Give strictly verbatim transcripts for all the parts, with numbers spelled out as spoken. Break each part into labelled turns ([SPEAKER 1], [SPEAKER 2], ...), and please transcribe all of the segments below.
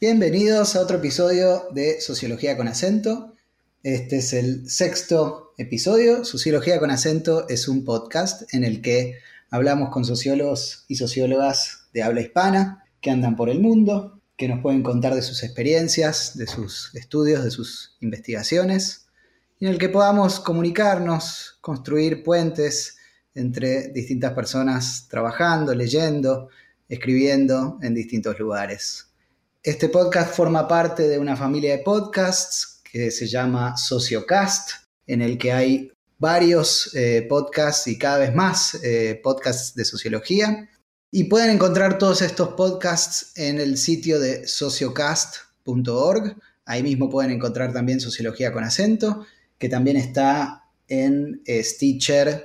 [SPEAKER 1] Bienvenidos a otro episodio de Sociología con Acento. Este es el sexto episodio. Sociología con Acento es un podcast en el que hablamos con sociólogos y sociólogas de habla hispana que andan por el mundo, que nos pueden contar de sus experiencias, de sus estudios, de sus investigaciones, y en el que podamos comunicarnos, construir puentes entre distintas personas trabajando, leyendo, escribiendo en distintos lugares. Este podcast forma parte de una familia de podcasts que se llama Sociocast, en el que hay varios eh, podcasts y cada vez más eh, podcasts de sociología. Y pueden encontrar todos estos podcasts en el sitio de sociocast punto org. Ahí mismo pueden encontrar también Sociología con Acento, que también está en eh, Stitcher,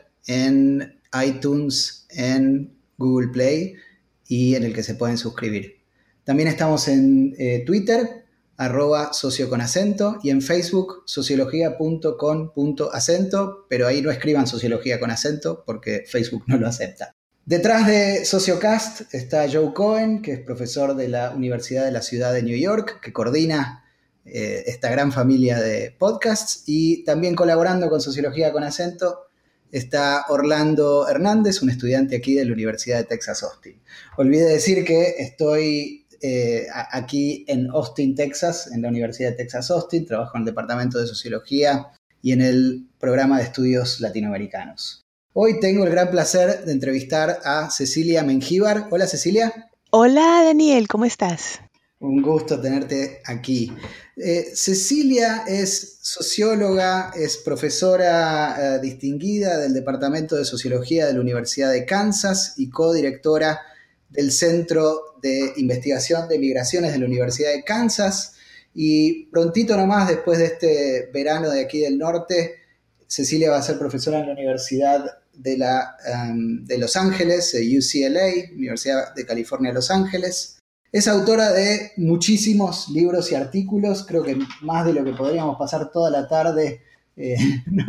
[SPEAKER 1] en iTunes, en Google Play y en el que se pueden suscribir. También estamos en eh, Twitter, arroba socioconacento, y en Facebook, sociología punto com punto acento, pero ahí no escriban Sociología con Acento porque Facebook no lo acepta. Detrás de Sociocast está Joe Cohen, que es profesor de la Universidad de la Ciudad de New York, que coordina eh, esta gran familia de podcasts, y también colaborando con Sociología con Acento está Orlando Hernández, un estudiante aquí de la Universidad de Texas Austin. Olvidé decir que estoy Eh, aquí en Austin, Texas, en la Universidad de Texas Austin. Trabajo en el Departamento de Sociología y en el Programa de Estudios Latinoamericanos. Hoy tengo el gran placer de entrevistar a Cecilia Mengíbar. Hola, Cecilia.
[SPEAKER 2] Hola, Daniel, ¿cómo estás?
[SPEAKER 1] Un gusto tenerte aquí. Eh, Cecilia es socióloga, es profesora eh, distinguida del Departamento de Sociología de la Universidad de Kansas y codirectora del Centro de Investigación de Migraciones de la Universidad de Kansas, y prontito nomás, después de este verano de aquí del norte, Cecilia va a ser profesora en la Universidad de, la, um, de Los Ángeles, U C L A, Universidad de California, Los Ángeles. Es autora de muchísimos libros y artículos, creo que más de lo que podríamos pasar toda la tarde eh,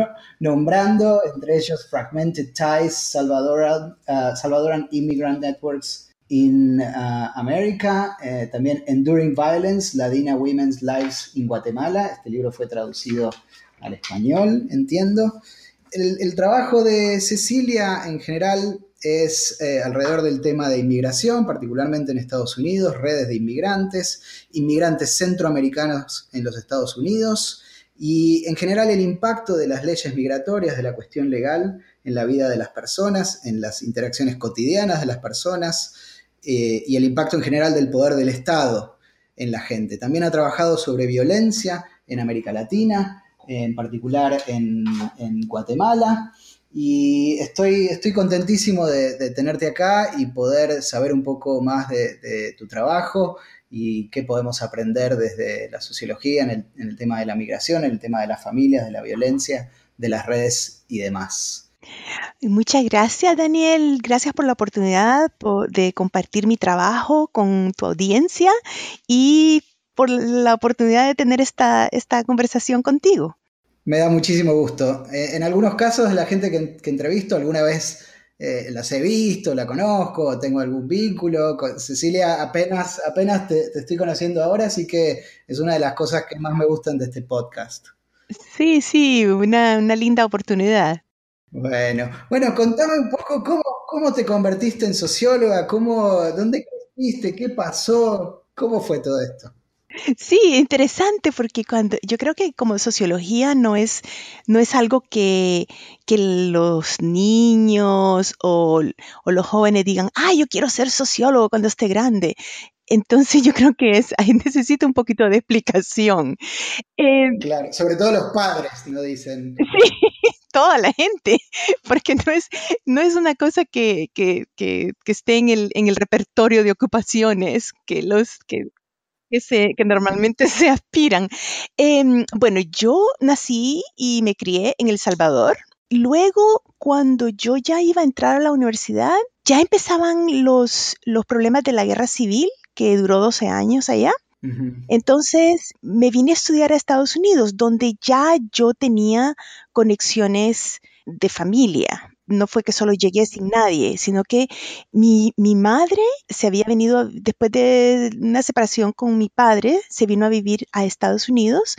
[SPEAKER 1] nombrando, entre ellos Fragmented Ties, Salvadoran, uh, Salvadoran Immigrant Networks in uh, America, eh, también Enduring Violence, Ladina Women's Lives in Guatemala. Este libro fue traducido al español, entiendo. El, el trabajo de Cecilia en general es eh, alrededor del tema de inmigración, particularmente en Estados Unidos, redes de inmigrantes, inmigrantes centroamericanos en los Estados Unidos, y en general el impacto de las leyes migratorias, de la cuestión legal en la vida de las personas, en las interacciones cotidianas de las personas, eh, y el impacto en general del poder del Estado en la gente. También ha trabajado sobre violencia en América Latina, en particular en, en Guatemala, y estoy, estoy contentísimo de, de tenerte acá y poder saber un poco más de, de tu trabajo y qué podemos aprender desde la sociología en el, en el tema de la migración, en el tema de las familias, de la violencia, de las redes y demás.
[SPEAKER 2] Muchas gracias, Daniel. Gracias por la oportunidad de compartir mi trabajo con tu audiencia y por la oportunidad de tener esta, esta conversación contigo.
[SPEAKER 1] Me da muchísimo gusto. Eh, en algunos casos, la gente que, que entrevisto alguna vez eh, las he visto, la conozco, tengo algún vínculo. Con Cecilia apenas, apenas te, te estoy conociendo ahora, así que es una de las cosas que más me gustan de este podcast.
[SPEAKER 2] Sí, sí, una, una linda oportunidad.
[SPEAKER 1] Bueno, bueno, contame un poco cómo, cómo te convertiste en socióloga, cómo, dónde creciste, qué pasó, cómo fue todo esto.
[SPEAKER 2] Sí, interesante, porque cuando yo creo que como sociología no es, no es algo que, que los niños o, o los jóvenes digan, ah, yo quiero ser sociólogo cuando esté grande. Entonces yo creo que es, ahí necesito un poquito de explicación. Eh,
[SPEAKER 1] Claro, sobre todo los padres, ¿no? Dicen.
[SPEAKER 2] sí, toda la gente, porque no es, no es una cosa que, que, que, que esté en el, en el repertorio de ocupaciones que los que, que, se, que normalmente se aspiran. Eh, bueno, yo nací y me crié en El Salvador. Luego, cuando yo ya iba a entrar a la universidad, ya empezaban los, los problemas de la guerra civil, que duró doce años allá.
[SPEAKER 1] Uh-huh.
[SPEAKER 2] Entonces me vine a estudiar a Estados Unidos, donde ya yo tenía conexiones de familia. no fue que solo llegué sin nadie, sino que mi, mi madre se había venido, después de una separación con mi padre, se vino a vivir a Estados Unidos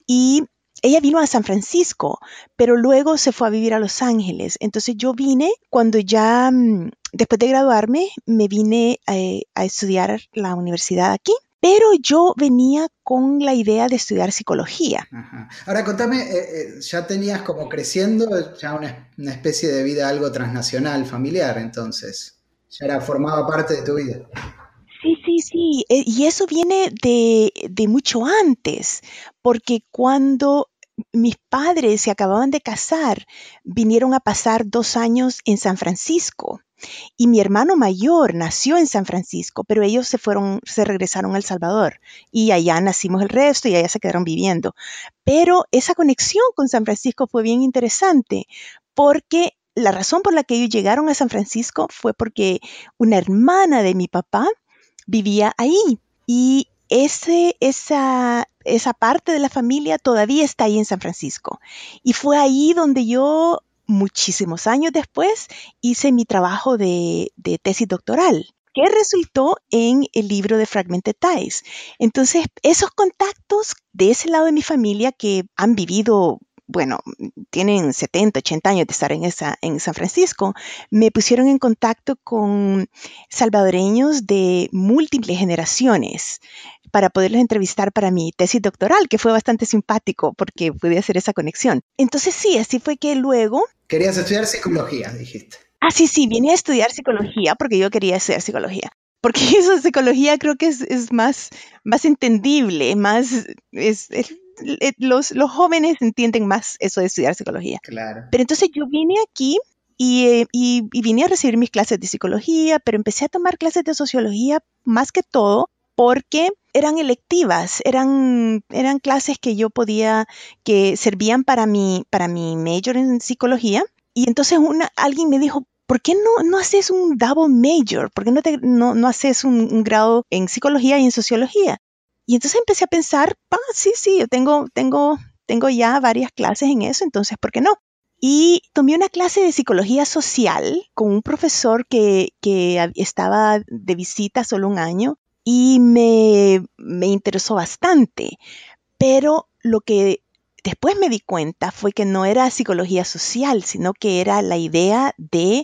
[SPEAKER 2] y ella vino a San Francisco, pero luego se fue a vivir a Los Ángeles. Entonces yo vine cuando ya, mm, después de graduarme, me vine eh, a estudiar la universidad aquí. Pero yo venía con la idea de estudiar psicología.
[SPEAKER 1] Ajá. Ahora contame, eh, eh, ya tenías como creciendo ya una, una especie de vida algo transnacional, familiar, entonces. Ya era, formaba parte de tu vida.
[SPEAKER 2] Sí, sí, sí. eh, Y eso viene de, de mucho antes, porque cuando mis padres se acababan de casar, vinieron a pasar dos años en San Francisco. Y mi hermano mayor nació en San Francisco, pero ellos se fueron, se regresaron a El Salvador y allá nacimos el resto y allá se quedaron viviendo. Pero esa conexión con San Francisco fue bien interesante porque la razón por la que ellos llegaron a San Francisco fue porque una hermana de mi papá vivía ahí y ese, esa, esa parte de la familia todavía está ahí en San Francisco. Y fue ahí donde yo, muchísimos años después, hice mi trabajo de, de tesis doctoral, que resultó en el libro de Fragmented Ties. Entonces, esos contactos de ese lado de mi familia que han vivido, bueno, tienen setenta, ochenta años de estar en, esa, en San Francisco, me pusieron en contacto con salvadoreños de múltiples generaciones para poderlos entrevistar para mi tesis doctoral, que fue bastante simpático porque pude hacer esa conexión. Entonces sí, así fue que luego...
[SPEAKER 1] Querías estudiar psicología, dijiste.
[SPEAKER 2] Ah, sí, sí, vine a estudiar psicología porque yo quería estudiar psicología. Porque eso de psicología creo que es, es más, más entendible, más... Es, es, es- los, los jóvenes entienden más eso de estudiar psicología.
[SPEAKER 1] Claro.
[SPEAKER 2] Pero entonces yo vine aquí y, eh, y, y vine a recibir mis clases de psicología, pero empecé a tomar clases de sociología más que todo porque eran electivas, eran, eran clases que yo podía, que servían para mi, para mi major en psicología. Y entonces una, alguien me dijo, ¿por qué no, no haces un double major? ¿Por qué no, te, no, no haces un, un grado en psicología y en sociología? Y entonces empecé a pensar, ah, sí, sí, yo tengo, tengo, tengo ya varias clases en eso, entonces, ¿por qué no? Y tomé una clase de psicología social con un profesor que, que hab- estaba de visita solo un año y me, me interesó bastante. Pero lo que después me di cuenta fue que no era psicología social, sino que era la idea de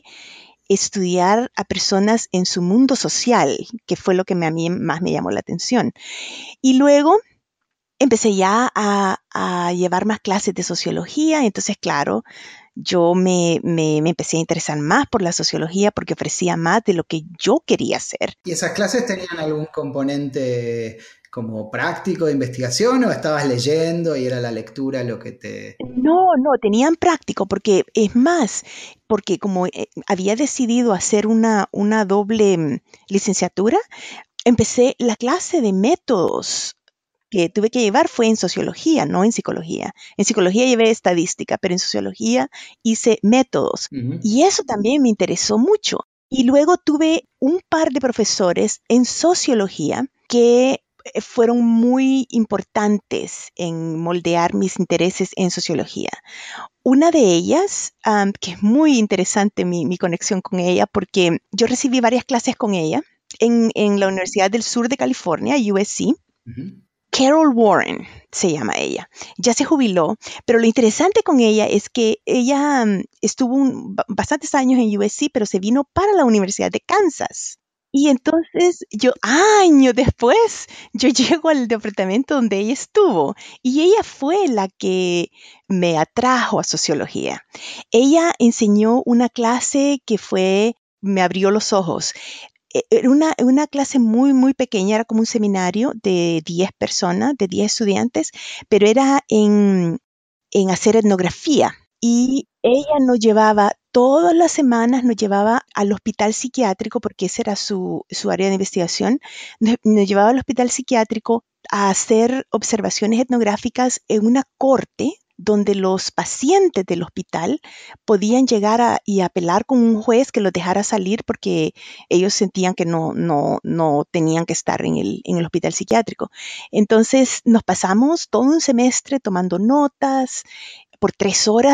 [SPEAKER 2] estudiar a personas en su mundo social, que fue lo que me- a mí más me llamó la atención. Y luego empecé ya a, a llevar más clases de sociología, entonces claro, yo me, me, me empecé a interesar más por la sociología porque ofrecía más de lo que yo quería hacer.
[SPEAKER 1] ¿Y esas clases tenían algún componente como práctico de investigación o estabas leyendo y era la lectura lo que te...
[SPEAKER 2] No, no, tenían práctico, porque es más, porque como eh, había decidido hacer una, una doble mm, licenciatura, empecé la clase de métodos que tuve que llevar fue en sociología, no en psicología. En psicología llevé estadística, pero en sociología hice métodos.
[SPEAKER 1] Ujú.
[SPEAKER 2] Y eso también me interesó mucho. Y luego tuve un par de profesores en sociología que eh, fueron muy importantes en moldear mis intereses en sociología. Una de ellas, am, que es muy interesante mi, mi conexión con ella, porque yo recibí varias clases con ella en, en la Universidad del Sur de California, U S C.
[SPEAKER 1] Ujú.
[SPEAKER 2] Carol Warren se llama ella. Ya se jubiló, pero lo interesante con ella es que ella mm, estuvo un- ba- bastantes años en U S C, pero se vino para la Universidad de Kansas. Y entonces yo, años después, yo llego al departamento donde ella estuvo y ella fue la que me atrajo a sociología. Ella enseñó una clase que fue, me abrió los ojos. E- Era una, una clase muy, muy pequeña, era como un seminario de diez personas, de diez estudiantes, pero era en, en hacer etnografía. Y ella nos llevaba, todas las semanas nos llevaba al hospital psiquiátrico, porque ese era su, su área de investigación, nos, nos llevaba al hospital psiquiátrico a hacer observaciones etnográficas en una corte donde los pacientes del hospital podían llegar a, y apelar con un juez que los dejara salir porque ellos sentían que no, no, no tenían que estar en el, en el hospital psiquiátrico. Entonces nos pasamos todo un semestre tomando notas por tres horas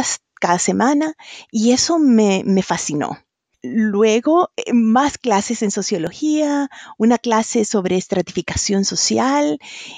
[SPEAKER 2] cada semana y eso me, me fascinó. Luego, eh, más clases en sociología, una clase sobre estratificación social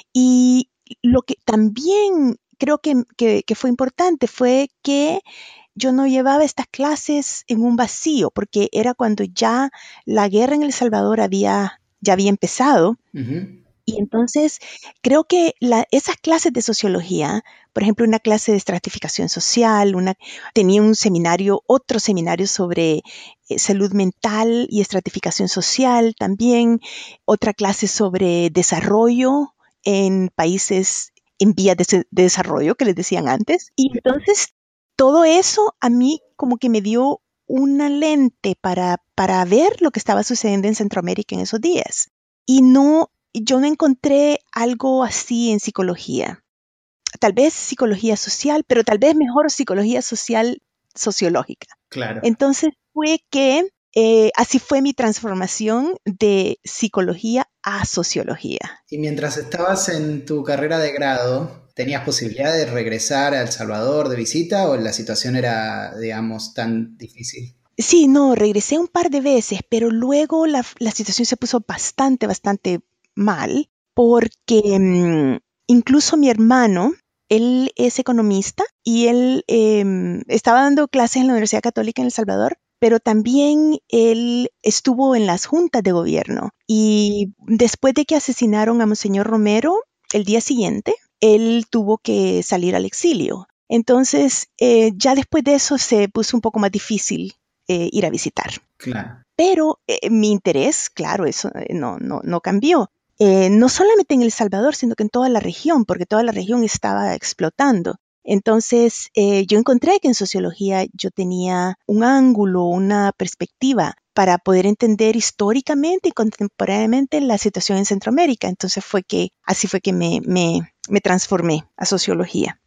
[SPEAKER 2] y lo que también creo que, que, que fue importante fue que yo no llevaba estas clases en un vacío, porque era cuando ya la guerra en El Salvador había, ya había empezado.
[SPEAKER 1] Uh-huh.
[SPEAKER 2] Y entonces creo que la, esas clases de sociología, por ejemplo, una clase de estratificación social, una, tenía un seminario, otro seminario sobre eh, salud mental y estratificación social también, otra clase sobre desarrollo en países en vías de, de desarrollo, que les decían antes. Y entonces todo eso a mí como que me dio una lente para, para ver lo que estaba sucediendo en Centroamérica en esos días. Y no yo no encontré algo así en psicología. Tal vez psicología social, pero tal vez mejor psicología social sociológica.
[SPEAKER 1] Claro.
[SPEAKER 2] Entonces fue que eh, así fue mi transformación de psicología a sociología.
[SPEAKER 1] Y mientras estabas en tu carrera de grado, ¿tenías posibilidad de regresar a El Salvador de visita o la situación era, digamos, tan difícil?
[SPEAKER 2] Sí, no, regresé un par de veces, pero luego la, la situación se puso bastante, bastante mal, porque mmm, incluso mi hermano, él es economista y él eh, estaba dando clases en la Universidad Católica en El Salvador, pero también él estuvo en las juntas de gobierno. Y después de que asesinaron a Monseñor Romero, el día siguiente, él tuvo que salir al exilio. Entonces, eh, ya después de eso se puso un poco más difícil eh, ir a visitar.
[SPEAKER 1] Claro.
[SPEAKER 2] Pero eh, mi interés, claro, eso eh, no, no, no cambió. Eh, no solamente en El Salvador, sino que en toda la región, porque toda la región estaba explotando. Entonces, eh, yo encontré que en sociología yo tenía un ángulo, una perspectiva para poder entender históricamente y contemporáneamente la situación en Centroamérica. Entonces fue que, así fue que me, me, me transformé a sociología.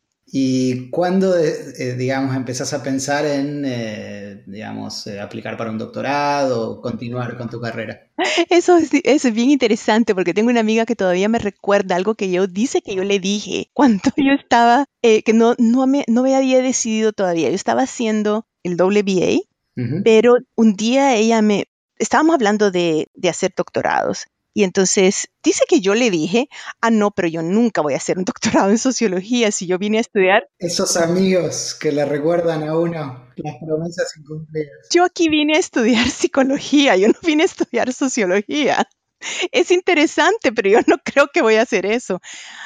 [SPEAKER 1] ¿Y cuándo, eh, digamos, empezás a pensar en, eh, digamos, eh, aplicar para un doctorado o continuar con tu carrera?
[SPEAKER 2] Eso es, eso es bien interesante porque tengo una amiga que todavía me recuerda algo que yo dice que yo le dije cuando yo estaba, eh, que no, no, me, no me había decidido todavía. Yo estaba haciendo el doble B A,
[SPEAKER 1] Uh-huh.
[SPEAKER 2] pero un día ella me, estábamos hablando de, de hacer doctorados. Y entonces dice que yo le dije, ah, no, pero yo nunca voy a hacer un doctorado en sociología si yo vine a estudiar.
[SPEAKER 1] Esos amigos que le recuerdan a uno las promesas incumplidas.
[SPEAKER 2] Yo aquí vine a estudiar psicología, yo no vine a estudiar sociología. Es interesante, pero yo no creo que voy a hacer eso.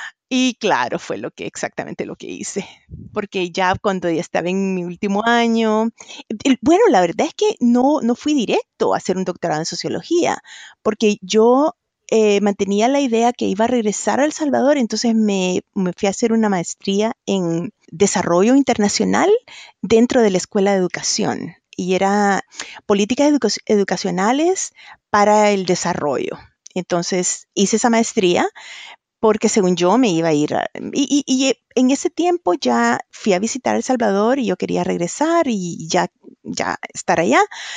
[SPEAKER 2] Y claro, fue lo que exactamente lo que hice, porque ya cuando ya estaba en mi último año, el- bueno, la verdad es que no, no fui directo a hacer un doctorado en sociología, porque yo eh, mantenía la idea que iba a regresar a El Salvador, entonces me, me fui a hacer una maestría en desarrollo internacional dentro de la Escuela de Educación, y era políticas educa- educacionales para el desarrollo. Entonces hice esa maestría porque según yo me iba a ir. A, y, y, y, en ese tiempo ya fui a visitar El Salvador y yo quería regresar y ya, ya estar allá,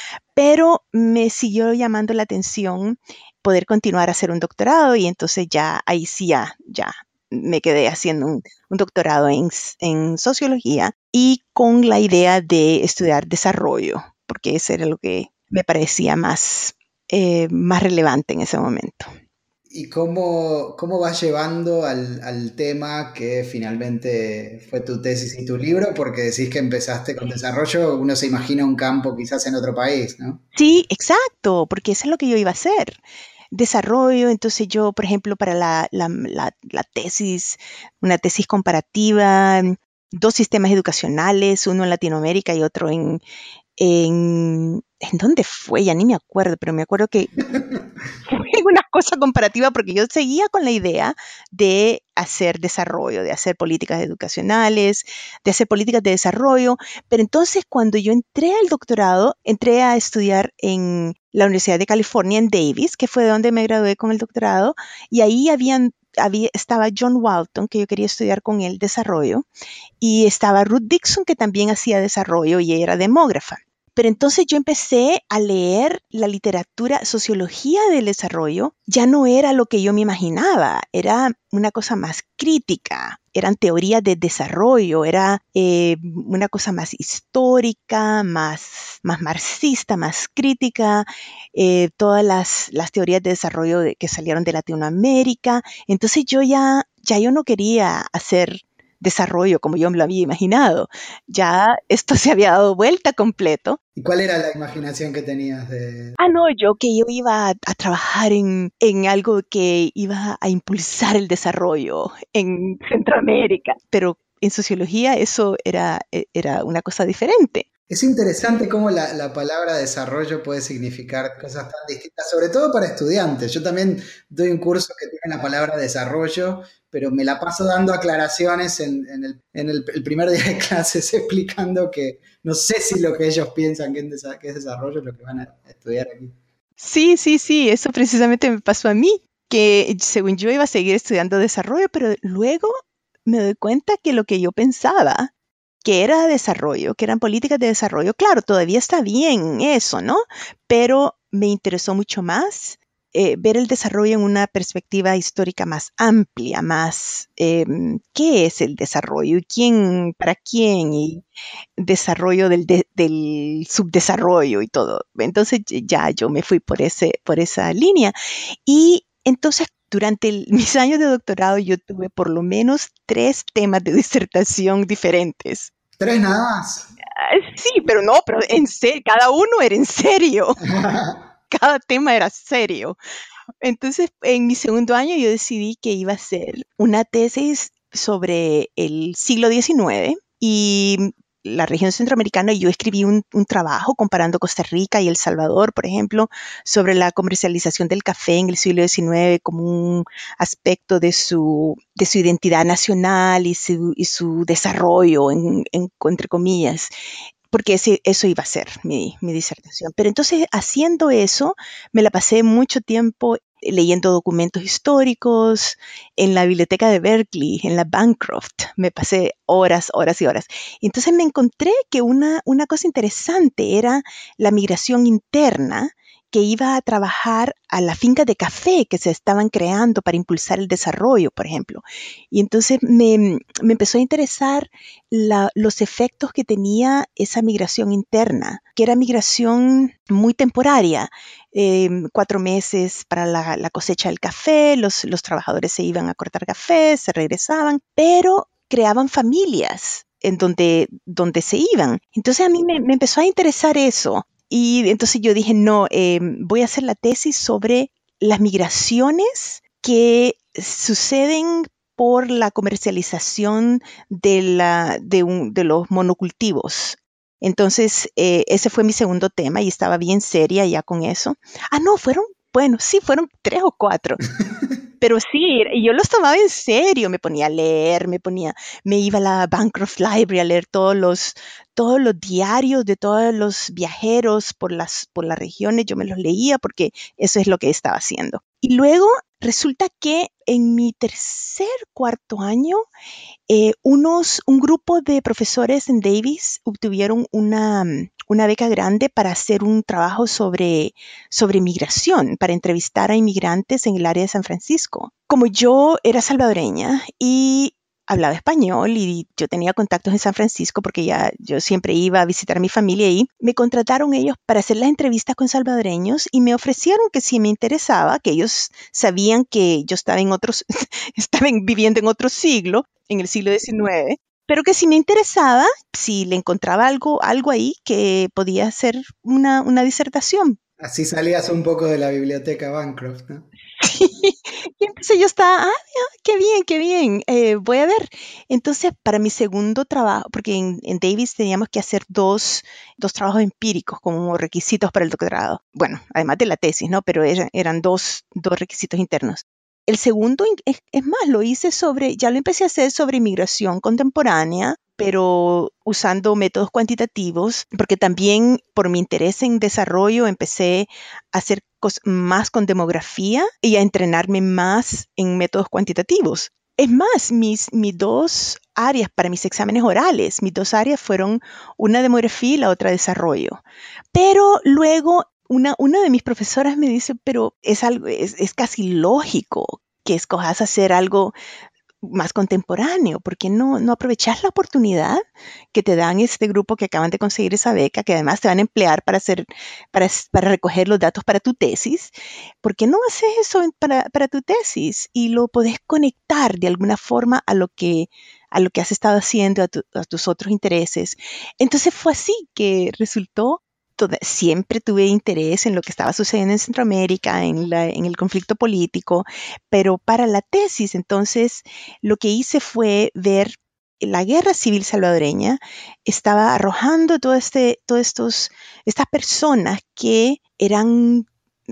[SPEAKER 2] pero me siguió llamando la atención poder continuar a hacer un doctorado y entonces ya ahí sí ya, ya me quedé haciendo un, un doctorado en, en sociología y con la idea de estudiar desarrollo, porque eso era lo que me parecía más, eh, más relevante en ese momento.
[SPEAKER 1] ¿Y cómo, cómo vas llevando al, al tema que finalmente fue tu tesis y tu libro? Porque decís que empezaste con desarrollo, uno se imagina un campo quizás en otro país, ¿no?
[SPEAKER 2] Sí, exacto, porque eso es lo que yo iba a hacer. Desarrollo, entonces yo, por ejemplo, para la, la, la, la tesis, una tesis comparativa, dos sistemas educacionales, uno en Latinoamérica y otro en, en, ¿en dónde fue? Ya ni me acuerdo, pero me acuerdo que fue una cosa comparativa porque yo seguía con la idea de hacer desarrollo, de hacer políticas educacionales, de hacer políticas de desarrollo, pero entonces cuando yo entré al doctorado, entré a estudiar en la Universidad de California en Davis, que fue de donde me gradué con el doctorado, y ahí habían Había, estaba John Walton, que yo quería estudiar con él desarrollo, y estaba Ruth Dixon, que también hacía desarrollo y ella era demógrafa. Pero entonces yo empecé a leer la literatura, sociología del desarrollo, ya no era lo que yo me imaginaba, era una cosa más crítica, eran teorías de desarrollo, era eh, una cosa más histórica, más, más marxista, más crítica, eh, todas las, las teorías de desarrollo de, que salieron de Latinoamérica. Entonces yo ya, ya yo no quería hacer desarrollo como yo me lo había imaginado. Ya esto se había dado vuelta completo.
[SPEAKER 1] ¿Y cuál era la imaginación que tenías de...?
[SPEAKER 2] Ah, no, yo que yo iba a, a trabajar en, en algo que iba a impulsar el desarrollo en Centroamérica, pero en sociología eso era, era una cosa diferente.
[SPEAKER 1] Es interesante cómo la, la palabra desarrollo puede significar cosas tan distintas, sobre todo para estudiantes. Yo también doy un curso que tiene la palabra desarrollo, pero me la paso dando aclaraciones en, en, el, en el, el primer día de clases explicando que no sé si lo que ellos piensan que es, que es desarrollo es lo que van a estudiar aquí.
[SPEAKER 2] Sí, sí, sí, eso precisamente me pasó a mí, que según yo iba a seguir estudiando desarrollo, pero luego me doy cuenta que lo que yo pensaba que era desarrollo, que eran políticas de desarrollo, claro, todavía está bien eso, ¿no? Pero me interesó mucho más eh, ver el desarrollo en una perspectiva histórica más amplia, más eh, qué es el desarrollo y quién, para quién, y desarrollo del, de, del subdesarrollo y todo. Entonces ya yo me fui por, ese, por esa línea. Y entonces durante el, mis años de doctorado yo tuve por lo menos tres temas de disertación diferentes.
[SPEAKER 1] ¿Tres nada más?
[SPEAKER 2] Uh, sí, pero no, pero en serio, cada uno era en serio. Cada tema era serio. Entonces, en mi segundo año yo decidí que iba a hacer una tesis sobre el siglo diecinueve y la región centroamericana. Y yo escribí un, un trabajo comparando Costa Rica y El Salvador, por ejemplo, sobre la comercialización del café en el siglo diecinueve como un aspecto de su, de su identidad nacional y su, y su desarrollo, en, en, entre comillas. Porque ese, eso iba a ser mi, mi disertación. Pero entonces, haciendo eso, me la pasé mucho tiempo leyendo documentos históricos en la biblioteca de Berkeley, en la Bancroft. Me pasé horas, horas y horas. Y entonces me encontré que una, una cosa interesante era la migración interna, que iba a trabajar a la finca de café que se estaban creando para impulsar el desarrollo, por ejemplo. Y entonces me, me empezó a interesar la, los efectos que tenía esa migración interna, que era migración muy temporaria, eh, cuatro meses para la, la cosecha del café, los, los trabajadores se iban a cortar café, se regresaban, pero creaban familias en donde, donde se iban. Entonces a mí me, me empezó a interesar eso. Y entonces yo dije, no, eh, voy a hacer la tesis sobre las migraciones que suceden por la comercialización de, la, de, un, de los monocultivos. Entonces, eh, ese fue mi segundo tema y estaba bien seria ya con eso. Ah, no, fueron, bueno, sí, fueron tres o cuatro. Pero sí, y yo los tomaba en serio, me ponía a leer, me ponía, me iba a la Bancroft Library a leer todos los, todos los diarios de todos los viajeros por las, por las regiones, yo me los leía porque eso es lo que estaba haciendo. Y luego resulta que en mi tercer, cuarto año, eh, unos, un grupo de profesores en Davis obtuvieron una, una beca grande para hacer un trabajo sobre, sobre migración, para entrevistar a inmigrantes en el área de San Francisco. Como yo era salvadoreña y hablaba español y yo tenía contactos en San Francisco porque ya yo siempre iba a visitar a mi familia ahí, me contrataron ellos para hacer las entrevistas con salvadoreños y me ofrecieron que si me interesaba, que ellos sabían que yo estaba en otros, estaba viviendo en otro siglo, en el siglo diecinueve, pero que si me interesaba, si le encontraba algo, algo ahí que podía ser una, una disertación.
[SPEAKER 1] Así salías un poco de la biblioteca Bancroft, ¿no?
[SPEAKER 2] Y entonces yo estaba, ah, qué bien, qué bien, eh, voy a ver. Entonces, para mi segundo trabajo, porque en, en Davis teníamos que hacer dos, dos trabajos empíricos como requisitos para el doctorado. Bueno, además de la tesis, ¿no? Pero eran, eran dos, dos requisitos internos. El segundo, es, es más, lo hice sobre, ya lo empecé a hacer sobre inmigración contemporánea, pero usando métodos cuantitativos, porque también por mi interés en desarrollo empecé a hacer cosas más con demografía y a entrenarme más en métodos cuantitativos. Es más, mis, mis dos áreas para mis exámenes orales, mis dos áreas fueron una demografía y la otra desarrollo. Pero luego una, una de mis profesoras me dice, pero es, algo, es, es casi lógico que escojas hacer algo más contemporáneo, porque no, no aprovechas la oportunidad que te dan este grupo que acaban de conseguir esa beca, que además te van a emplear para hacer, para, para recoger los datos para tu tesis? ¿Por qué no haces eso para, para tu tesis y lo podés conectar de alguna forma a lo que, a lo que has estado haciendo, a, tu, a tus otros intereses? Entonces fue así que resultó. Toda, siempre tuve interés en lo que estaba sucediendo en Centroamérica, en, la, en el conflicto político, pero para la tesis, entonces, lo que hice fue ver la guerra civil salvadoreña estaba arrojando todo este, todas estos, estas personas que eran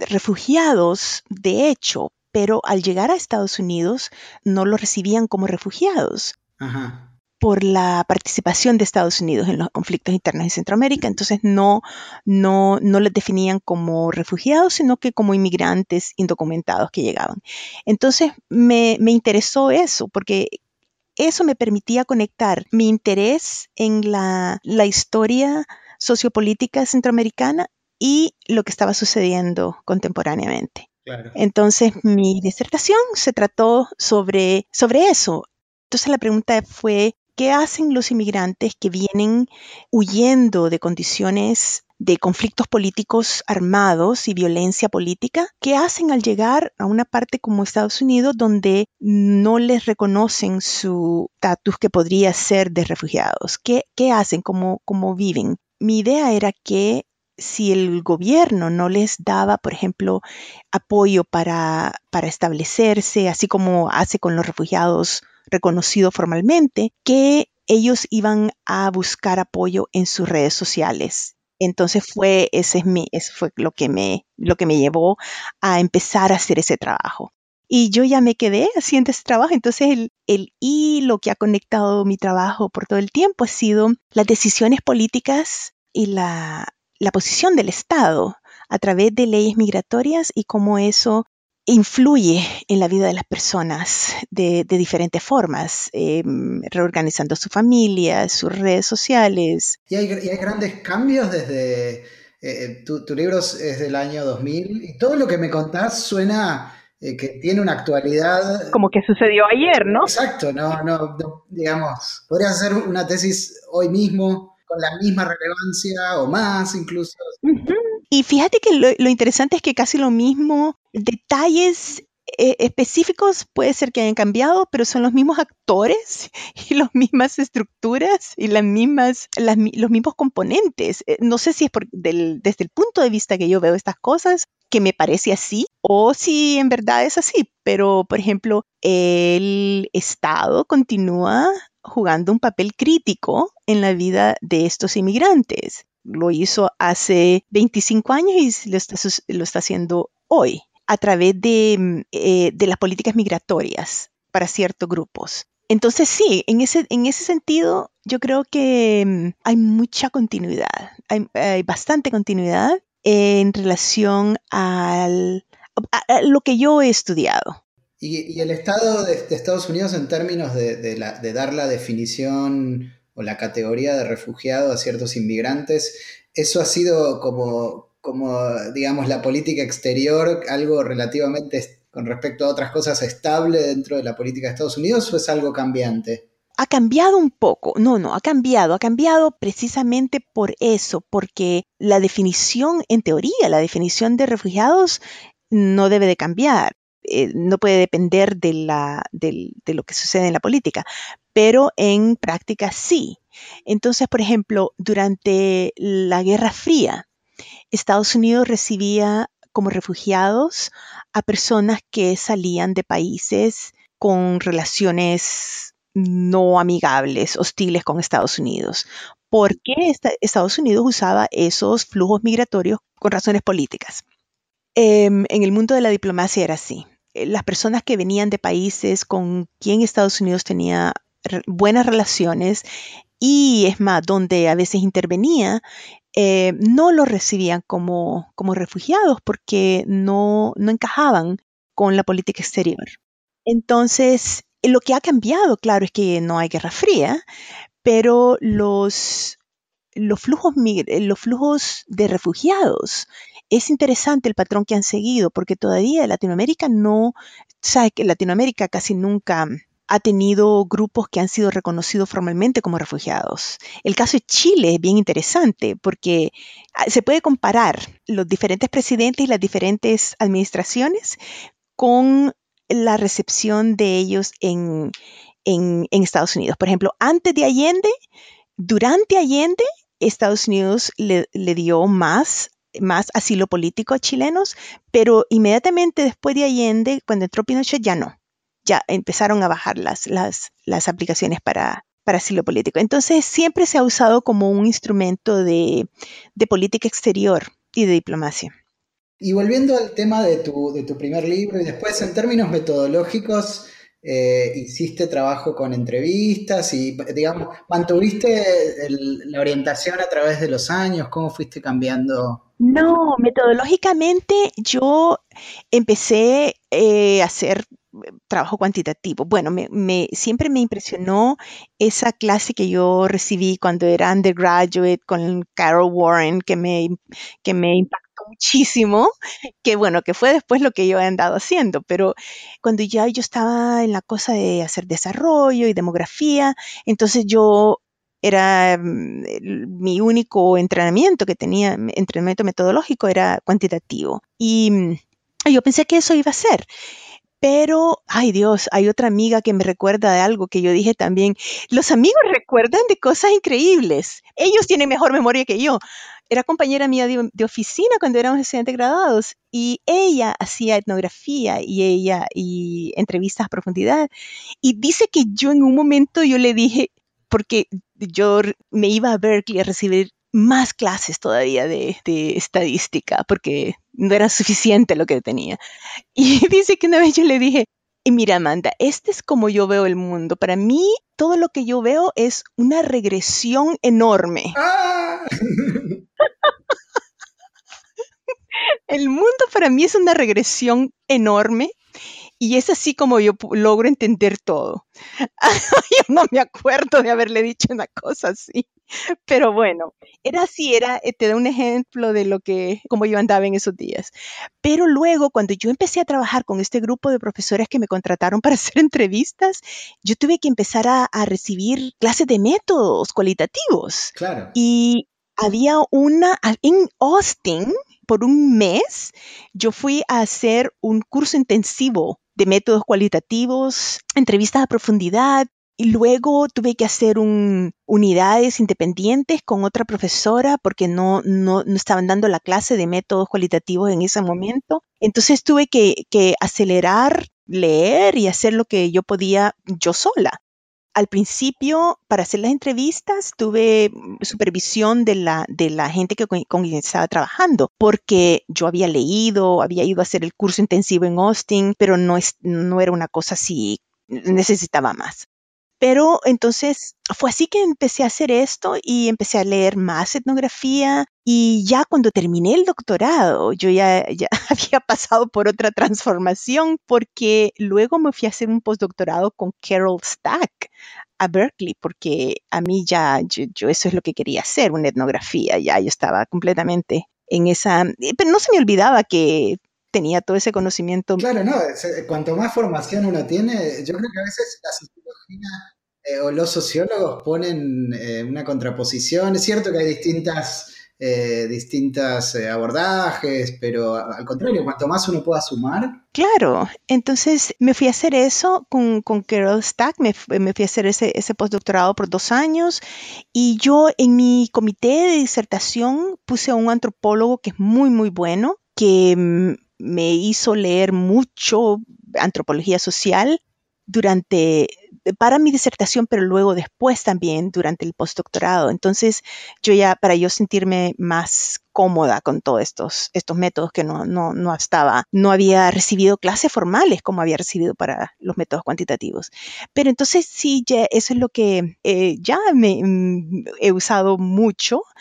[SPEAKER 2] refugiados de hecho, pero al llegar a Estados Unidos no los recibían como refugiados.
[SPEAKER 1] Ajá.
[SPEAKER 2] Por la participación de Estados Unidos en los conflictos internos en Centroamérica, entonces no, no, no les definían como refugiados, sino que como inmigrantes indocumentados que llegaban. Entonces me, me interesó eso, porque eso me permitía conectar mi interés en la, la historia sociopolítica centroamericana y lo que estaba sucediendo contemporáneamente.
[SPEAKER 1] Claro.
[SPEAKER 2] Entonces mi disertación se trató sobre, sobre eso. Entonces la pregunta fue, ¿qué hacen los inmigrantes que vienen huyendo de condiciones de conflictos políticos armados y violencia política? ¿Qué hacen al llegar a una parte como Estados Unidos donde no les reconocen su estatus que podría ser de refugiados? ¿Qué, qué hacen? ¿Cómo, cómo viven? Mi idea era que si el gobierno no les daba, por ejemplo, apoyo para, para establecerse, así como hace con los refugiados reconocidos formalmente, que ellos iban a buscar apoyo en sus redes sociales. Entonces fue, ese es mi, eso fue lo que, me, lo que me llevó a empezar a hacer ese trabajo. Y yo ya me quedé haciendo ese trabajo. Entonces el, el hilo que ha conectado mi trabajo por todo el tiempo ha sido las decisiones políticas y la, la posición del Estado a través de leyes migratorias y cómo eso influye en la vida de las personas de, de diferentes formas, eh, reorganizando su familia, sus redes sociales.
[SPEAKER 1] Y hay, y hay grandes cambios desde... Eh, tu, tu libro es del año dos mil y todo lo que me contás suena eh, que tiene una actualidad...
[SPEAKER 2] Como que sucedió ayer, ¿no?
[SPEAKER 1] Exacto, no, no, no, digamos, podrías hacer una tesis hoy mismo con la misma relevancia o más incluso.
[SPEAKER 2] Uh-huh. Y fíjate que lo, lo interesante es que casi lo mismo, detalles eh, específicos puede ser que hayan cambiado, pero son los mismos actores y las mismas estructuras y las mismas, las, los mismos componentes. Eh, no sé si es por, del, desde el punto de vista que yo veo estas cosas, que me parece así, o si en verdad es así. Pero, por ejemplo, el Estado continúa jugando un papel crítico en la vida de estos inmigrantes. Lo hizo hace veinticinco años y lo está, lo está haciendo hoy a través de, eh, de las políticas migratorias para ciertos grupos. Entonces sí, en ese, en ese sentido yo creo que um, hay mucha continuidad, hay, hay bastante continuidad en relación al, a, a lo que yo he estudiado.
[SPEAKER 1] Y, y el Estado de, de Estados Unidos en términos de, de, la, de dar la definición o la categoría de refugiado a ciertos inmigrantes, ¿eso ha sido como, como, digamos, la política exterior, algo relativamente con respecto a otras cosas estable dentro de la política de Estados Unidos o es algo cambiante?
[SPEAKER 2] Ha cambiado un poco, no, no, ha cambiado, ha cambiado precisamente por eso, porque la definición, en teoría, la definición de refugiados no debe de cambiar. Eh, no puede depender de, la, de, de lo que sucede en la política, pero en práctica sí. Entonces, por ejemplo, durante la Guerra Fría, Estados Unidos recibía como refugiados a personas que salían de países con relaciones no amigables, hostiles con Estados Unidos. ¿Por qué Estados Unidos usaba esos flujos migratorios con razones políticas? Eh, en el mundo de la diplomacia era así. Las personas que venían de países con quien Estados Unidos tenía re- buenas relaciones y es más, donde a veces intervenía, eh, no los recibían como, como refugiados porque no, no encajaban con la política exterior. Entonces, lo que ha cambiado, claro, es que no hay guerra fría, pero los, los flujos, mig- los flujos de refugiados, es interesante el patrón que han seguido, porque todavía Latinoamérica no, sabe que Latinoamérica casi nunca ha tenido grupos que han sido reconocidos formalmente como refugiados. El caso de Chile es bien interesante porque ah, se puede comparar los diferentes presidentes y las diferentes administraciones con la recepción de ellos en, en, en Estados Unidos. Por ejemplo, antes de Allende, durante Allende, Estados Unidos le, le dio más, más asilo político a chilenos, pero inmediatamente después de Allende, cuando entró Pinochet, ya no. Ya empezaron a bajar las, las, las aplicaciones para, para asilo político. Entonces, siempre se ha usado como un instrumento de, de política exterior y de diplomacia.
[SPEAKER 1] Y volviendo al tema de tu, de tu primer libro, y después en términos metodológicos, eh, hiciste trabajo con entrevistas y, digamos, mantuviste el- la orientación a través de los años, ¿cómo fuiste cambiando?
[SPEAKER 2] No, metodológicamente yo empecé eh, a hacer eh, trabajo cuantitativo. Bueno, me, me- siempre me impresionó esa clase que yo recibí cuando era undergraduate con Carol Warren, que me, que me impactó muchísimo, que bueno, que fue después lo que yo he andado haciendo, pero cuando ya yo estaba en la cosa de hacer desarrollo y demografía, entonces yo era mm, el- mi único entrenamiento que tenía, mm, entrenamiento metodológico era cuantitativo. Y mm, yo pensé que eso iba a ser. Pero, ay Dios, hay otra amiga que me recuerda de algo que yo dije también. Los amigos recuerdan de cosas increíbles. Ellos tienen mejor memoria que yo. Era compañera mía de, de oficina cuando éramos estudiantes graduados y ella hacía etnografía y ella y entrevistas a profundidad. Y dice que yo en un momento yo le dije, porque yo me iba a Berkeley a recibir más clases todavía de, de estadística, porque no era suficiente lo que tenía. Y dice que una vez yo le dije, y mira, Amanda, este es como yo veo el mundo. Para mí, todo lo que yo veo es una regresión enorme.
[SPEAKER 1] ¡Ah!
[SPEAKER 2] El mundo para mí es una regresión enorme y es así como yo pu- logro entender todo. Yo no me acuerdo de haberle dicho una cosa así. Pero bueno, era así, era, eh, te da un ejemplo de lo que, cómo yo andaba en esos días. Pero luego, cuando yo empecé a trabajar con este grupo de profesores que me contrataron para hacer entrevistas, yo tuve que empezar a, a recibir clases de métodos cualitativos.
[SPEAKER 1] Claro.
[SPEAKER 2] Y había una a- en Austin, por un mes, yo fui a hacer un curso intensivo de métodos cualitativos, entrevistas a profundidad, y luego tuve que hacer un, unidades independientes con otra profesora porque no, no, no estaban dando la clase de métodos cualitativos en ese momento. Entonces tuve que, que acelerar, leer y hacer lo que yo podía yo sola. Al principio, para hacer las entrevistas, tuve mm, supervisión de la, de la gente que, con, con quien estaba trabajando, porque yo había leído, había ido a hacer el curso intensivo en Austin, pero no, es, no era una cosa así, necesitaba más. Pero entonces fue así que empecé a hacer esto y empecé a leer más etnografía y ya cuando terminé el doctorado yo ya, ya había pasado por otra transformación porque luego me fui a hacer un postdoctorado con Carol Stack a Berkeley porque a mí ya yo, yo eso es lo que quería hacer, una etnografía, ya yo estaba completamente en esa, pero no se me olvidaba que tenía todo ese conocimiento.
[SPEAKER 1] Claro, no, es- eh, cuanto más formación uno tiene, yo creo que a veces la sociología eh, o los sociólogos ponen eh, una contraposición. Es cierto que hay distintas, eh, distintas eh, abordajes, pero a- al contrario, cuanto más uno pueda sumar,
[SPEAKER 2] Claro, entonces me fui a hacer eso con, con Carol Stack, me, fu- me fui a hacer ese, ese postdoctorado por dos años y yo en mi comité de disertación puse a un antropólogo que es muy, muy bueno, que mm, me hizo leer mucho antropología social durante, para mi disertación, pero luego después también durante el postdoctorado. Entonces yo ya, para yo sentirme más cómoda con todos estos, estos métodos que no, no, no estaba, no había recibido clases formales como había recibido para los métodos cuantitativos. Pero entonces sí, ya eso es lo que eh, ya me mm, he usado mucho.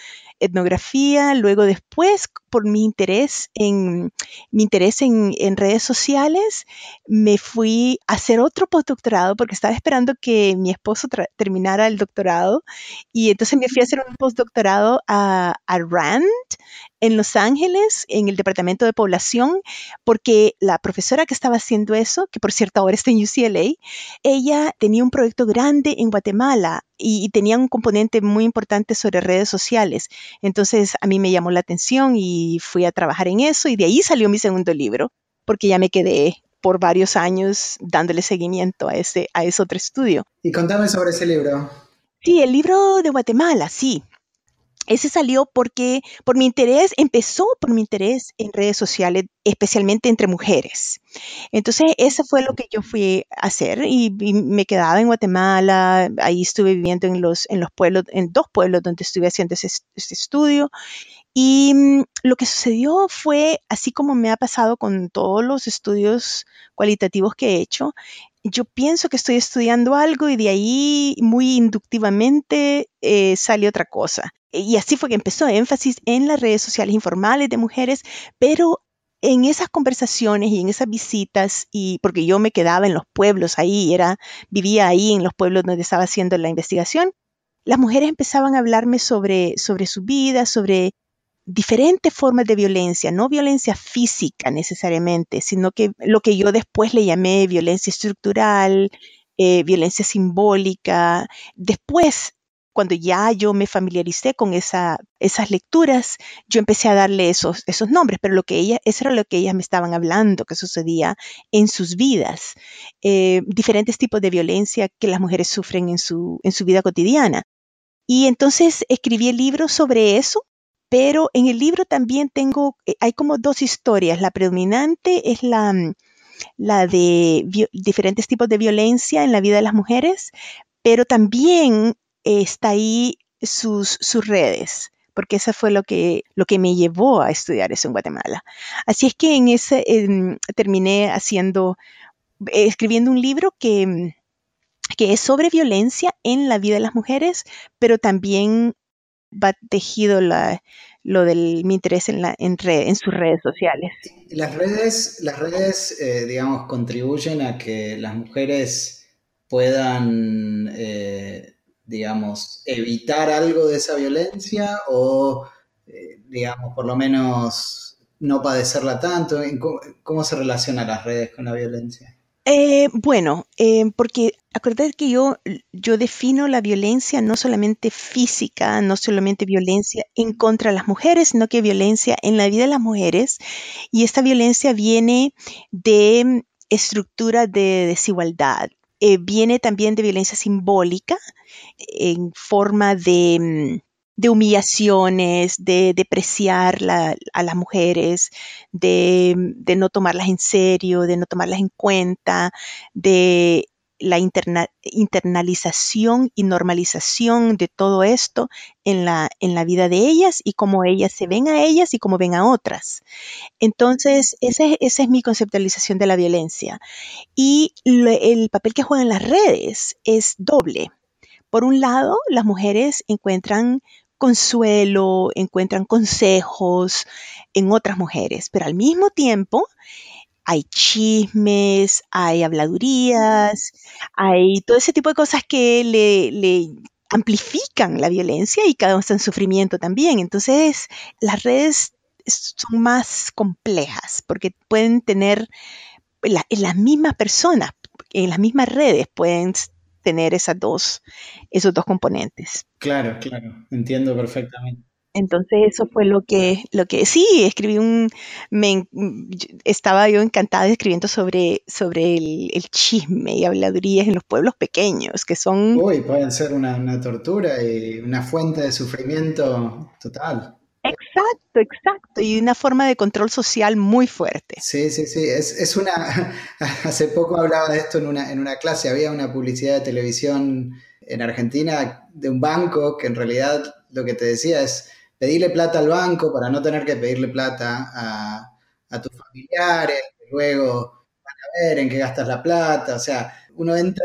[SPEAKER 2] etnografía, luego después, por mi interés en, mi interés en, en redes sociales, me fui a hacer otro postdoctorado porque estaba esperando que mi esposo tra- terminara el doctorado y entonces me fui a hacer un postdoctorado a, a RAND en Los Ángeles, en el Departamento de Población, porque la profesora que estaba haciendo eso, que por cierto ahora está en U C L A, ella tenía un proyecto grande en Guatemala y, y tenía un componente muy importante sobre redes sociales. Entonces a mí me llamó la atención y fui a trabajar en eso y de ahí salió mi segundo libro, porque ya me quedé por varios años dándole seguimiento a ese, a ese otro estudio.
[SPEAKER 1] Y contame sobre ese libro.
[SPEAKER 2] Sí, el libro de Guatemala, sí. Ese salió porque, por mi interés, empezó por mi interés en redes sociales, especialmente entre mujeres. Entonces, eso fue lo que yo fui a hacer y, y me quedaba en Guatemala, ahí estuve viviendo en los, en los pueblos, en dos pueblos donde estuve haciendo ese, ese estudio. Y mm, lo que sucedió fue, así como me ha pasado con todos los estudios cualitativos que he hecho, yo pienso que estoy estudiando algo y de ahí muy inductivamente eh, sale otra cosa. Y así fue que empezó énfasis en las redes sociales informales de mujeres, pero en esas conversaciones y en esas visitas, y porque yo me quedaba en los pueblos ahí, era, vivía ahí en los pueblos donde estaba haciendo la investigación, las mujeres empezaban a hablarme sobre, sobre su vida, sobre diferentes formas de violencia, no violencia física necesariamente, sino que lo que yo después le llamé violencia estructural, eh, violencia simbólica. Después, cuando ya yo me familiaricé con esa, esas lecturas, yo empecé a darle esos, esos nombres, pero lo que ella, eso era lo que ellas me estaban hablando, que sucedía en sus vidas, eh, diferentes tipos de violencia que las mujeres sufren en su, en su vida cotidiana. Y entonces escribí el libro sobre eso, pero en el libro también tengo, eh, hay como dos historias. La predominante es la, mm, la de vi- diferentes tipos de violencia en la vida de las mujeres, pero también eh, está ahí sus, sus redes, porque eso fue lo que, lo que me llevó a estudiar eso en Guatemala. Así es que en ese em, terminé haciendo, eh, escribiendo un libro que, mm, que es sobre violencia en la vida de las mujeres, pero también va tejido la, lo de mi interés en, la, en, red, en sus redes sociales.
[SPEAKER 1] Las redes, las redes, eh, digamos, contribuyen a que las mujeres puedan, eh, digamos, evitar algo de esa violencia o, eh, digamos, por lo menos no padecerla tanto. ¿En ¿Cómo, cómo se relacionan las redes con la violencia?
[SPEAKER 2] Eh, bueno, eh, porque acuérdate que yo, yo defino la violencia no solamente física, no solamente violencia en contra de las mujeres, sino que violencia en la vida de las mujeres. Y esta violencia viene de mm, estructuras de desigualdad. Eh, viene también de violencia simbólica en forma de, mm, de humillaciones, de depreciar la- a las mujeres, de, de no tomarlas en serio, de no tomarlas en cuenta, de la interna- internalización y normalización de todo esto en la, en la vida de ellas y cómo ellas se ven a ellas y cómo ven a otras. Entonces, ese- esa es mi conceptualización de la violencia. Y le- el papel que juegan las redes es doble. Por un lado, las mujeres encuentran consuelo, encuentran consejos en otras mujeres, pero al mismo tiempo hay chismes, hay habladurías, hay todo ese tipo de cosas que le, le amplifican la violencia y causan sufrimiento también. Entonces, las redes son más complejas porque pueden tener la- en las mismas personas, en las mismas redes pueden tener esas dos, esos dos componentes.
[SPEAKER 1] Claro, claro, entiendo perfectamente.
[SPEAKER 2] Entonces eso fue lo que, lo que sí, escribí un, me, estaba yo encantada escribiendo sobre, sobre el, el chisme y habladurías en los pueblos pequeños, que son.
[SPEAKER 1] Uy, pueden ser una, una tortura y una fuente de sufrimiento total.
[SPEAKER 2] Exacto, exacto, y una forma de control social muy fuerte.
[SPEAKER 1] Sí, sí, sí. Es, es una. Hace poco hablaba de esto en una, en una clase. Había una publicidad de televisión en Argentina de un banco que en realidad lo que te decía es pedirle plata al banco para no tener que pedirle plata a, a tus familiares, que luego van a ver en qué gastas la plata. O sea, uno entra en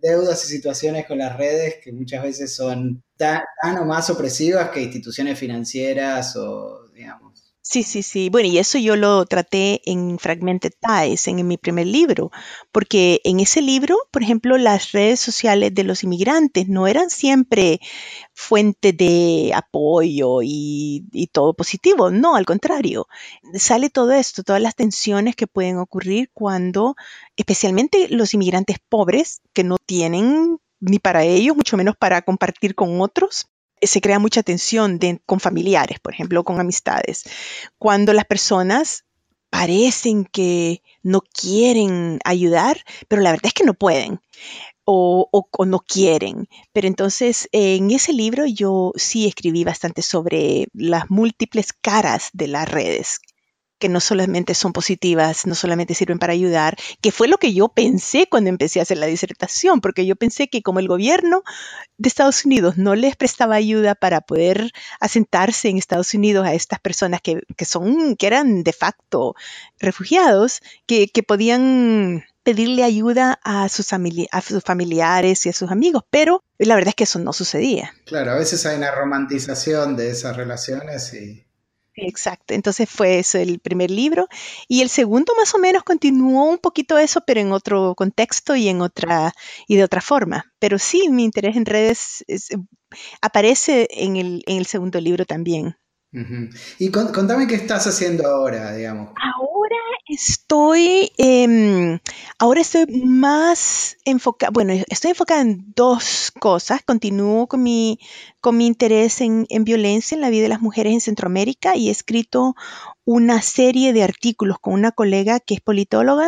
[SPEAKER 1] deudas y situaciones con las redes que muchas veces son tan, tan o más opresivas que instituciones financieras o, digamos.
[SPEAKER 2] Sí, sí, sí. Bueno, y eso yo lo traté en Fragmented Ties, en, en mi primer libro, porque en ese libro, por ejemplo, las redes sociales de los inmigrantes no eran siempre fuente de apoyo y, y todo positivo. No, al contrario, sale todo esto, todas las tensiones que pueden ocurrir cuando, especialmente los inmigrantes pobres, que no tienen ni para ellos, mucho menos para compartir con otros, se crea mucha tensión de- con familiares, por ejemplo, con amistades. Cuando las personas parecen que no quieren ayudar, pero la verdad es que no pueden o, o- o no quieren. Pero entonces, eh, en ese libro yo sí escribí bastante sobre las múltiples caras de las redes, que no solamente son positivas, no solamente sirven para ayudar, que fue lo que yo pensé cuando empecé a hacer la disertación, porque yo pensé que como el gobierno de Estados Unidos no les prestaba ayuda para poder asentarse en Estados Unidos a estas personas que, que son, que eran de facto refugiados, que, que podían pedirle ayuda a sus, famili- a sus familiares y a sus amigos, pero la verdad es que eso no sucedía.
[SPEAKER 1] Claro, a veces hay una romantización de esas relaciones y...
[SPEAKER 2] Sí, exacto. Entonces fue eso el primer libro. Y el segundo más o menos continuó un poquito eso, pero en otro contexto y en otra, y de otra forma. Pero sí, mi interés en redes es- aparece en el, en el segundo libro también.
[SPEAKER 1] Ujú. Y con- contame qué estás haciendo ahora, digamos.
[SPEAKER 2] Ahora estoy, em, ahora estoy más enfocada, bueno, estoy enfocada en dos cosas. Continúo con mi, con mi interés en, en violencia en la vida de las mujeres en Centroamérica y he escrito una serie de artículos con una colega que es politóloga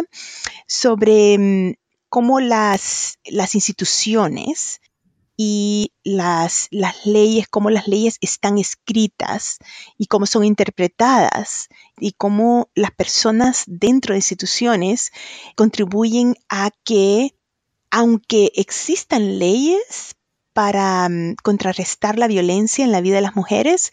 [SPEAKER 2] sobre mm, cómo las, las instituciones y las, las leyes, cómo las leyes están escritas y cómo son interpretadas y cómo las personas dentro de instituciones contribuyen a que, aunque existan leyes para mm, contrarrestar la violencia en la vida de las mujeres,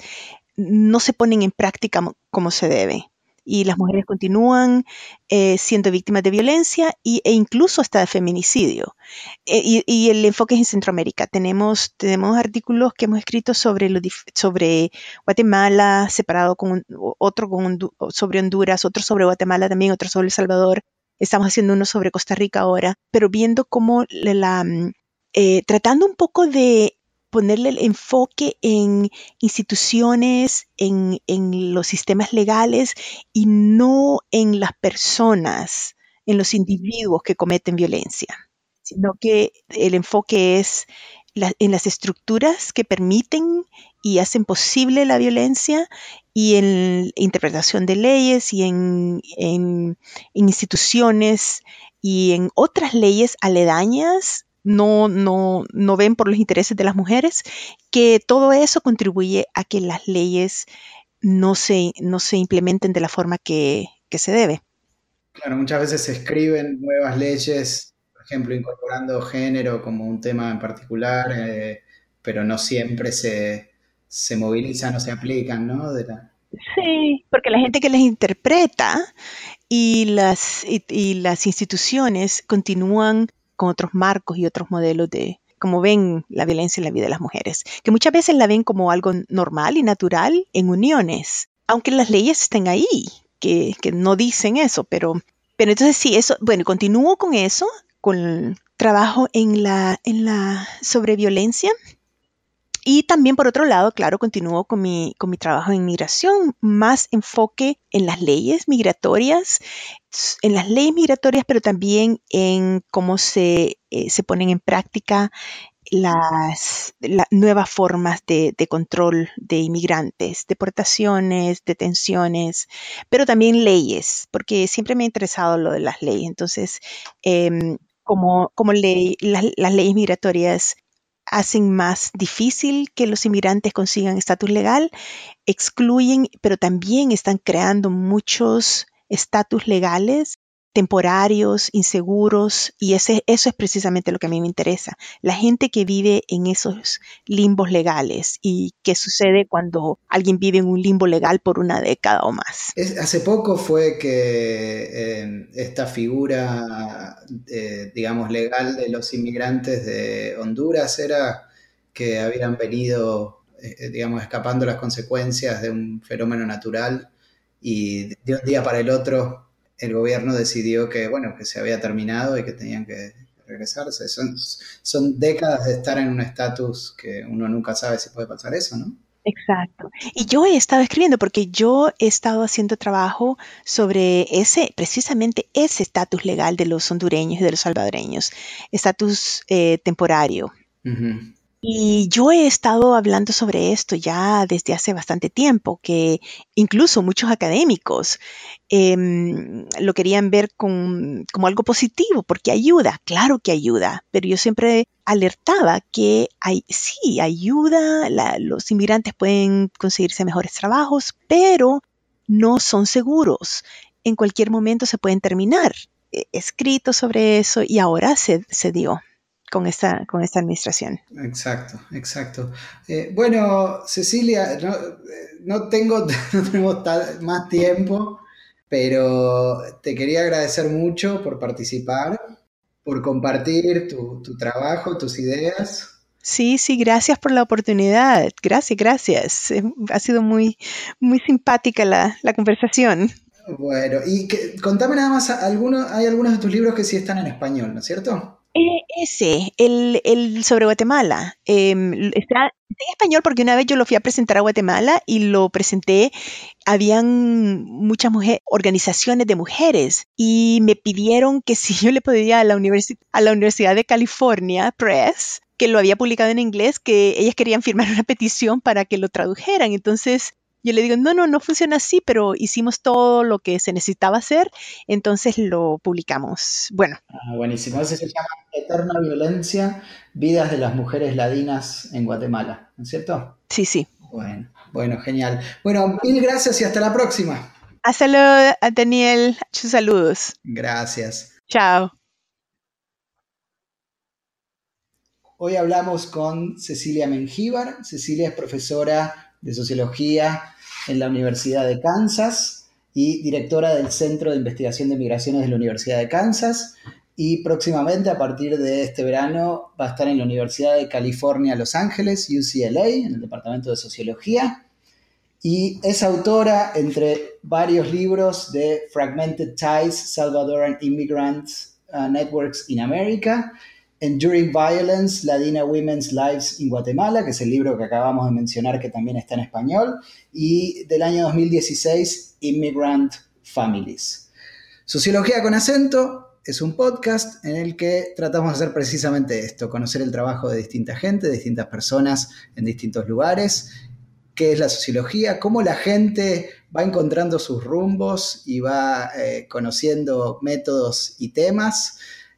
[SPEAKER 2] no se ponen en práctica mo- como se debe. Y las mujeres continúan eh, siendo víctimas de violencia y, e incluso hasta de feminicidio. Eh, y, y el enfoque es en Centroamérica. Tenemos, tenemos artículos que hemos escrito sobre, lo dif- sobre Guatemala, separado con un- o- otro con Hondu- sobre Honduras, otro sobre Guatemala también, otro sobre El Salvador. Estamos haciendo uno sobre Costa Rica ahora, pero viendo cómo la, la, mm, eh, tratando un poco de ponerle el enfoque en instituciones, en, en los sistemas legales y no en las personas, en los individuos que cometen violencia, sino que el enfoque es la- en las estructuras que permiten y hacen posible la violencia y en interpretación de leyes y en, en- en instituciones y en otras leyes aledañas. No, no, no ven por los intereses de las mujeres, que todo eso contribuye a que las leyes no se, no se implementen de la forma que, que se debe.
[SPEAKER 1] Claro, muchas veces se escriben nuevas leyes, por ejemplo, incorporando género como un tema en particular, eh, pero no siempre se, se movilizan o se aplican, ¿no? De la-
[SPEAKER 2] Sí, porque la gente que las interpreta y las, y, y las instituciones continúan con otros marcos y otros modelos de cómo ven la violencia en la vida de las mujeres, que muchas veces la ven como algo normal y natural en uniones, aunque las leyes estén ahí, que, que no dicen eso, pero, pero entonces sí, eso, bueno, continúo con eso, con trabajo en la, en la sobre violencia y también, por otro lado, claro, continúo con mi, con mi trabajo en migración, más enfoque en las leyes migratorias, s- en las leyes migratorias, pero también en cómo se, eh, se ponen en práctica las, la- nuevas formas de, de control de inmigrantes, deportaciones, detenciones, pero también leyes, porque siempre me ha interesado lo de las leyes. Entonces, em, como, como ley- las las leyes migratorias hacen más difícil que los inmigrantes consigan estatus legal, excluyen, pero también están creando muchos estatus legales temporarios, inseguros, y ese, eso es precisamente lo que a mí me interesa. La gente que vive en esos limbos legales y qué sucede cuando alguien vive en un limbo legal por una década o más.
[SPEAKER 1] Es, hace poco fue que eh, esta figura, eh, digamos, legal de los inmigrantes de Honduras era que habían venido, eh, digamos, escapando las consecuencias de un fenómeno natural y de un día para el otro el gobierno decidió que, bueno, que se había terminado y que tenían que regresarse. Son, son décadas de estar en un estatus que uno nunca sabe si puede pasar eso, ¿no?
[SPEAKER 2] Exacto. Y yo he estado escribiendo porque yo he estado haciendo trabajo sobre ese, precisamente ese estatus legal de los hondureños y de los salvadoreños, estatus eh, temporario.
[SPEAKER 1] Uh-huh.
[SPEAKER 2] Y yo he estado hablando sobre esto ya desde hace bastante tiempo, que incluso muchos académicos eh, lo querían ver con, como algo positivo, porque ayuda, claro que ayuda, pero yo siempre alertaba que hay, sí, ayuda, la, los inmigrantes pueden conseguirse mejores trabajos, pero no son seguros. En cualquier momento se pueden terminar. He escrito sobre eso y ahora se, se dio con esta, con esta administración.
[SPEAKER 1] Exacto, exacto. Eh, bueno, Cecilia, no, no tengo no tenemos tal, más tiempo, pero te quería agradecer mucho por participar, por compartir tu, tu trabajo, tus ideas.
[SPEAKER 2] Sí, sí, gracias por la oportunidad. Gracias, gracias. Eh, Ha sido muy, muy simpática la, la conversación.
[SPEAKER 1] Bueno, y que, contame nada más, alguno, hay algunos de tus libros que sí están en español, ¿no es cierto?
[SPEAKER 2] Eh, ese, el, el sobre Guatemala, em, está, está en español porque una vez yo lo fui a presentar a Guatemala y lo presenté, habían muchas mujeres, organizaciones de mujeres y me pidieron que si yo le podía a la, universi- a la Universidad de California Press, que lo había publicado en inglés, que ellas querían firmar una petición para que lo tradujeran. Entonces yo le digo, no, no, no funciona así, pero hicimos todo lo que se necesitaba hacer, entonces lo publicamos. Bueno.
[SPEAKER 1] Ah, buenísimo. Ese se llama Eterna Violencia, Vidas de las Mujeres Ladinas en Guatemala, ¿no es cierto?
[SPEAKER 2] Sí, sí.
[SPEAKER 1] Bueno, bueno, genial. Bueno, mil gracias y hasta la próxima.
[SPEAKER 2] Hasta luego, Daniel. Sus saludos.
[SPEAKER 1] Gracias.
[SPEAKER 2] Chao.
[SPEAKER 1] Hoy hablamos con Cecilia Mengíbar. Cecilia es profesora de Sociología en la Universidad de Kansas y directora del Centro de Investigación de Migraciones de la Universidad de Kansas. Y próximamente, a partir de este verano, va a estar en la Universidad de California, Los Ángeles, U C L A, en el Departamento de Sociología. Y es autora, entre varios libros, de Fragmented Ties, Salvadoran Immigrant uh, Networks in America, Enduring Violence, Ladina Women's Lives in Guatemala, que es el libro que acabamos de mencionar que también está en español, y del año dos mil dieciséis, Immigrant Families. Sociología con acento es un podcast en el que tratamos de hacer precisamente esto, conocer el trabajo de distinta gente, de distintas personas en distintos lugares, qué es la sociología, cómo la gente va encontrando sus rumbos y va eh, conociendo métodos y temas.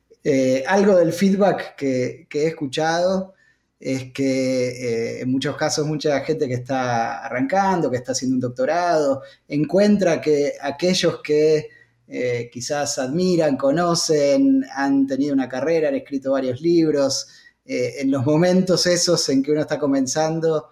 [SPEAKER 1] Eh, algo del feedback que, que he escuchado es que eh, en muchos casos mucha gente que está arrancando, que está haciendo un doctorado, encuentra que aquellos que eh, quizás admiran, conocen, han tenido una carrera, han escrito varios libros, eh, en los momentos esos en que uno está comenzando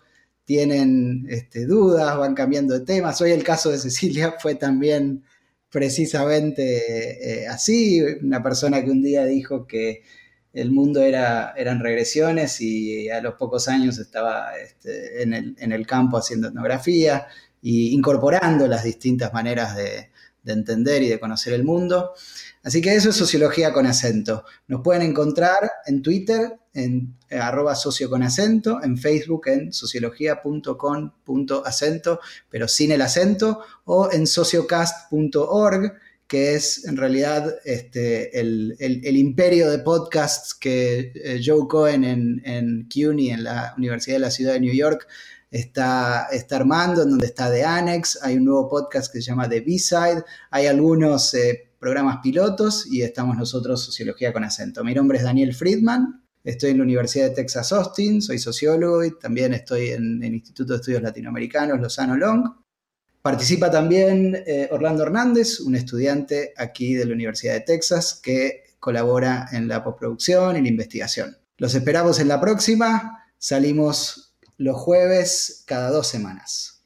[SPEAKER 1] tienen este, dudas, van cambiando de temas. Hoy el caso de Cecilia fue también precisamente eh, así, una persona que un día dijo que el mundo era, eran regresiones y a los pocos años estaba este, en, el, en el campo haciendo etnografía e incorporando las distintas maneras de, de entender y de conocer el mundo. Así que eso es Sociología con Acento. Nos pueden encontrar en Twitter, en eh, arroba socio con acento, en Facebook en sociología punto com punto acento, pero sin el acento, o en sociocast punto org, que es en realidad este, el, el, el imperio de podcasts que eh, Joe Cohen en, en CUNY, en la Universidad de la Ciudad de New York, está, está armando, en donde está The Annex. Hay un nuevo podcast que se llama The B-Side. Hay algunos eh, programas pilotos y estamos nosotros, Sociología con Acento. Mi nombre es Daniel Friedman, estoy en la Universidad de Texas Austin, soy sociólogo y también estoy en el Instituto de Estudios Latinoamericanos Lozano Long. Participa también eh, Orlando Hernández, un estudiante aquí de la Universidad de Texas que colabora en la postproducción y la investigación. Los esperamos en la próxima. Salimos los jueves cada dos semanas.